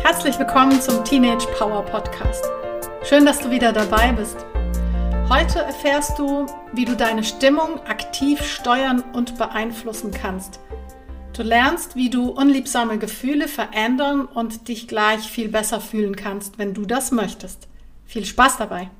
Herzlich willkommen zum Teenage Power Podcast. Schön, dass du wieder dabei bist. Heute erfährst du, wie du deine Stimmung aktiv steuern und beeinflussen kannst. Du lernst, wie du unliebsame Gefühle verändern und dich gleich viel besser fühlen kannst, wenn du das möchtest. Viel Spaß dabei!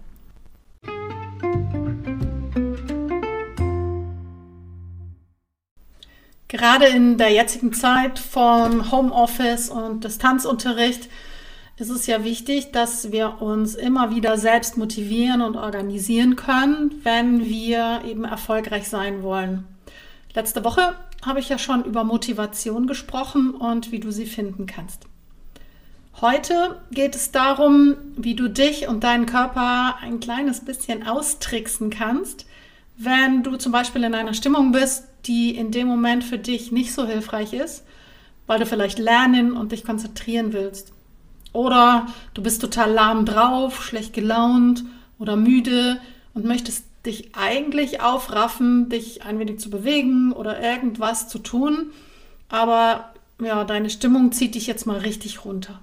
Gerade in der jetzigen Zeit von Homeoffice und Distanzunterricht ist es ja wichtig, dass wir uns immer wieder selbst motivieren und organisieren können, wenn wir eben erfolgreich sein wollen. Letzte Woche habe ich ja schon über Motivation gesprochen und wie du sie finden kannst. Heute geht es darum, wie du dich und deinen Körper ein kleines bisschen austricksen kannst, wenn du zum Beispiel in einer Stimmung bist, die in dem Moment für dich nicht so hilfreich ist, weil du vielleicht lernen und dich konzentrieren willst. Oder du bist total lahm drauf, schlecht gelaunt oder müde und möchtest dich eigentlich aufraffen, dich ein wenig zu bewegen oder irgendwas zu tun, aber ja, deine Stimmung zieht dich jetzt mal richtig runter.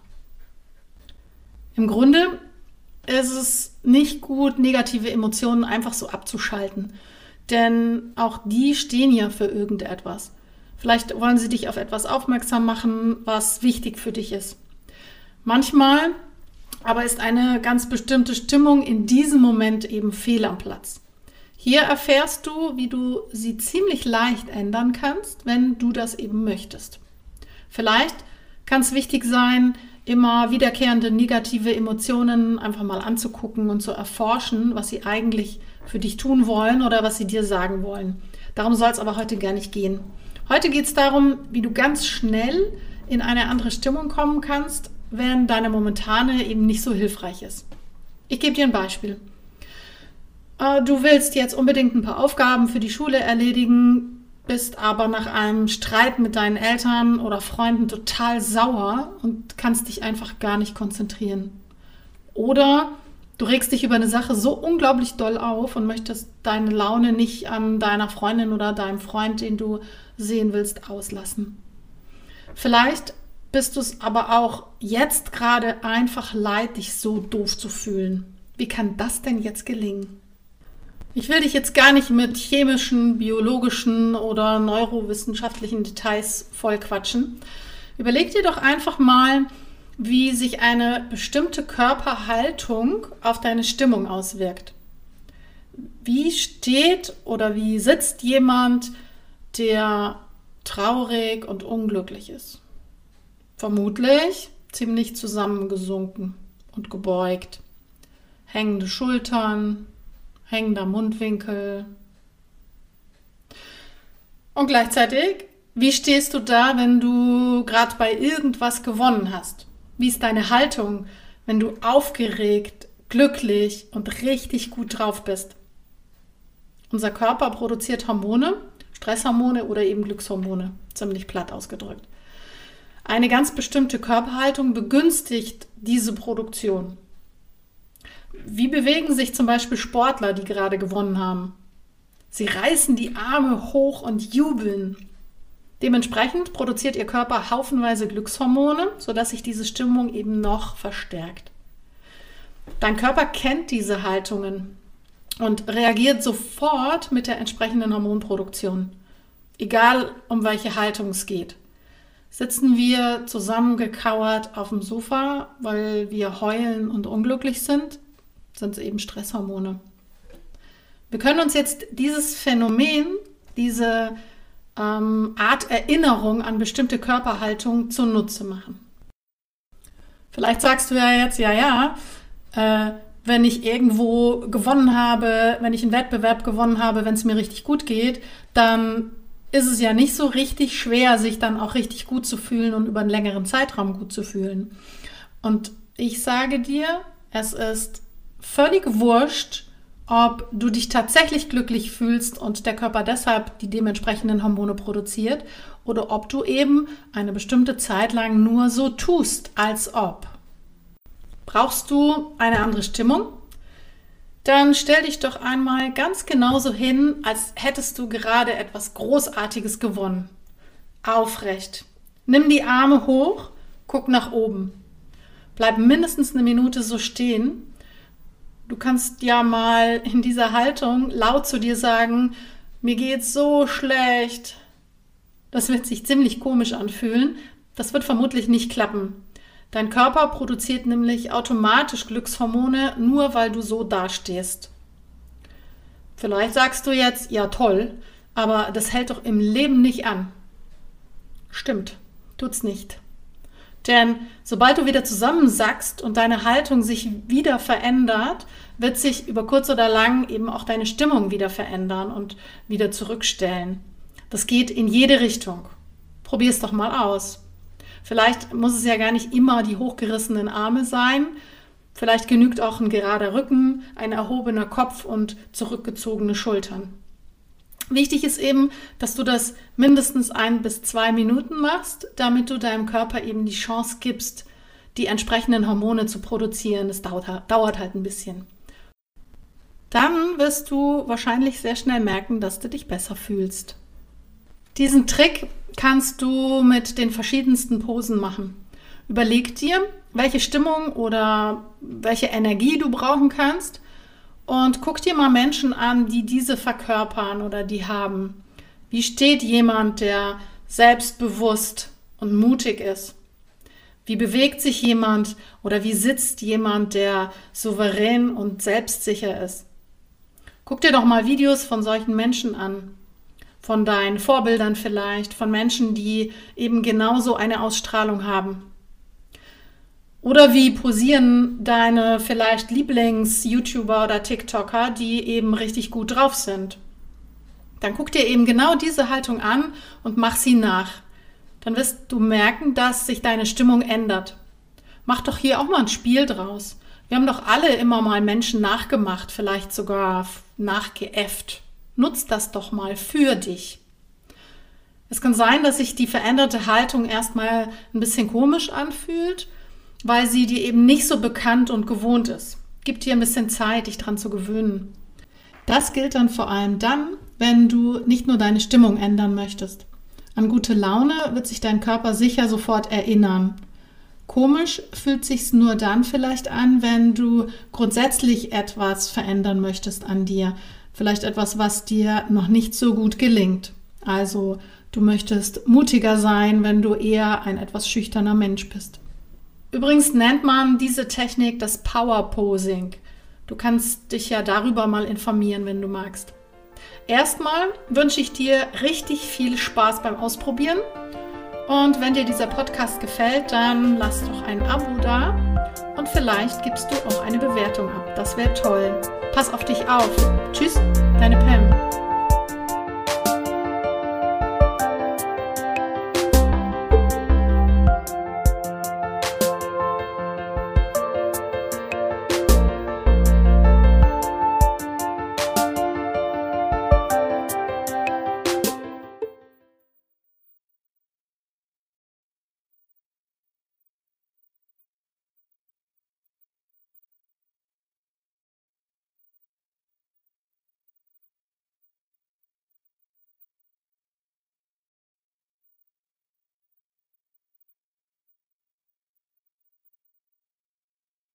Im Grunde ist es nicht gut, negative Emotionen einfach so abzuschalten. Denn auch die stehen ja für irgendetwas. Vielleicht wollen sie dich auf etwas aufmerksam machen, was wichtig für dich ist. Manchmal aber ist eine ganz bestimmte Stimmung in diesem Moment eben fehl am Platz. Hier erfährst du, wie du sie ziemlich leicht ändern kannst, wenn du das eben möchtest. Vielleicht kann es wichtig sein, immer wiederkehrende negative Emotionen einfach mal anzugucken und zu erforschen, was sie eigentlich für dich tun wollen oder was sie dir sagen wollen. Darum soll es aber heute gar nicht gehen. Heute geht es darum, wie du ganz schnell in eine andere Stimmung kommen kannst, wenn deine momentane eben nicht so hilfreich ist. Ich gebe dir ein Beispiel. Du willst jetzt unbedingt ein paar Aufgaben für die Schule erledigen, bist aber nach einem Streit mit deinen Eltern oder Freunden total sauer und kannst dich einfach gar nicht konzentrieren. Oder du regst dich über eine Sache so unglaublich doll auf und möchtest deine Laune nicht an deiner Freundin oder deinem Freund, den du sehen willst, auslassen. Vielleicht bist du es aber auch jetzt gerade einfach leid, dich so doof zu fühlen. Wie kann das denn jetzt gelingen? Ich will dich jetzt gar nicht mit chemischen, biologischen oder neurowissenschaftlichen Details vollquatschen. Überleg dir doch einfach mal, wie sich eine bestimmte Körperhaltung auf deine Stimmung auswirkt. Wie steht oder wie sitzt jemand, der traurig und unglücklich ist? Vermutlich ziemlich zusammengesunken und gebeugt. Hängende Schultern, hängender Mundwinkel. Und gleichzeitig, wie stehst du da, wenn du gerade bei irgendwas gewonnen hast? Wie ist deine Haltung, wenn du aufgeregt, glücklich und richtig gut drauf bist? Unser Körper produziert Hormone, Stresshormone oder eben Glückshormone, ziemlich platt ausgedrückt. Eine ganz bestimmte Körperhaltung begünstigt diese Produktion. Wie bewegen sich zum Beispiel Sportler, die gerade gewonnen haben? Sie reißen die Arme hoch und jubeln. Dementsprechend produziert ihr Körper haufenweise Glückshormone, sodass sich diese Stimmung eben noch verstärkt. Dein Körper kennt diese Haltungen und reagiert sofort mit der entsprechenden Hormonproduktion. Egal, um welche Haltung es geht. Sitzen wir zusammengekauert auf dem Sofa, weil wir heulen und unglücklich sind es eben Stresshormone. Wir können uns jetzt dieses Phänomen, diese Art Erinnerung an bestimmte Körperhaltung zunutze machen. Vielleicht sagst du ja jetzt, wenn ich irgendwo gewonnen habe, wenn ich einen Wettbewerb gewonnen habe, wenn es mir richtig gut geht, dann ist es ja nicht so richtig schwer, sich dann auch richtig gut zu fühlen und über einen längeren Zeitraum gut zu fühlen. Und ich sage dir, es ist völlig wurscht, ob du dich tatsächlich glücklich fühlst und der Körper deshalb die dementsprechenden Hormone produziert oder ob du eben eine bestimmte Zeit lang nur so tust, als ob. Brauchst du eine andere Stimmung? Dann stell dich doch einmal ganz genauso hin, als hättest du gerade etwas Großartiges gewonnen. Aufrecht. Nimm die Arme hoch, guck nach oben. Bleib mindestens eine Minute so stehen. Du kannst ja mal in dieser Haltung laut zu dir sagen, mir geht's so schlecht. Das wird sich ziemlich komisch anfühlen. Das wird vermutlich nicht klappen. Dein Körper produziert nämlich automatisch Glückshormone, nur weil du so dastehst. Vielleicht sagst du jetzt, ja toll, aber das hält doch im Leben nicht an. Stimmt, tut's nicht. Denn sobald du wieder zusammensackst und deine Haltung sich wieder verändert, wird sich über kurz oder lang eben auch deine Stimmung wieder verändern und wieder zurückstellen. Das geht in jede Richtung. Probier es doch mal aus. Vielleicht muss es ja gar nicht immer die hochgerissenen Arme sein. Vielleicht genügt auch ein gerader Rücken, ein erhobener Kopf und zurückgezogene Schultern. Wichtig ist eben, dass du das mindestens 1 bis 2 Minuten machst, damit du deinem Körper eben die Chance gibst, die entsprechenden Hormone zu produzieren. Das dauert halt ein bisschen. Dann wirst du wahrscheinlich sehr schnell merken, dass du dich besser fühlst. Diesen Trick kannst du mit den verschiedensten Posen machen. Überleg dir, welche Stimmung oder welche Energie du brauchen kannst und guck dir mal Menschen an, die diese verkörpern oder die haben. Wie steht jemand, der selbstbewusst und mutig ist? Wie bewegt sich jemand oder wie sitzt jemand, der souverän und selbstsicher ist? Guck dir doch mal Videos von solchen Menschen an. Von deinen Vorbildern vielleicht, von Menschen, die eben genauso eine Ausstrahlung haben. Oder wie posieren deine vielleicht Lieblings-YouTuber oder TikToker, die eben richtig gut drauf sind. Dann guck dir eben genau diese Haltung an und mach sie nach. Dann wirst du merken, dass sich deine Stimmung ändert. Mach doch hier auch mal ein Spiel draus. Wir haben doch alle immer mal Menschen nachgemacht, vielleicht sogar nachgeäfft. Nutz das doch mal für dich. Es kann sein, dass sich die veränderte Haltung erstmal ein bisschen komisch anfühlt, weil sie dir eben nicht so bekannt und gewohnt ist. Gib dir ein bisschen Zeit, dich dran zu gewöhnen. Das gilt dann vor allem dann, wenn du nicht nur deine Stimmung ändern möchtest. An gute Laune wird sich dein Körper sicher sofort erinnern. Komisch fühlt sich's nur dann vielleicht an, wenn du grundsätzlich etwas verändern möchtest an dir. Vielleicht etwas, was dir noch nicht so gut gelingt. Also du möchtest mutiger sein, wenn du eher ein etwas schüchterner Mensch bist. Übrigens nennt man diese Technik das Power Posing. Du kannst dich ja darüber mal informieren, wenn du magst. Erstmal wünsche ich dir richtig viel Spaß beim Ausprobieren. Und wenn dir dieser Podcast gefällt, dann lass doch ein Abo da und vielleicht gibst du auch eine Bewertung ab. Das wäre toll. Pass auf dich auf. Tschüss, deine Pam.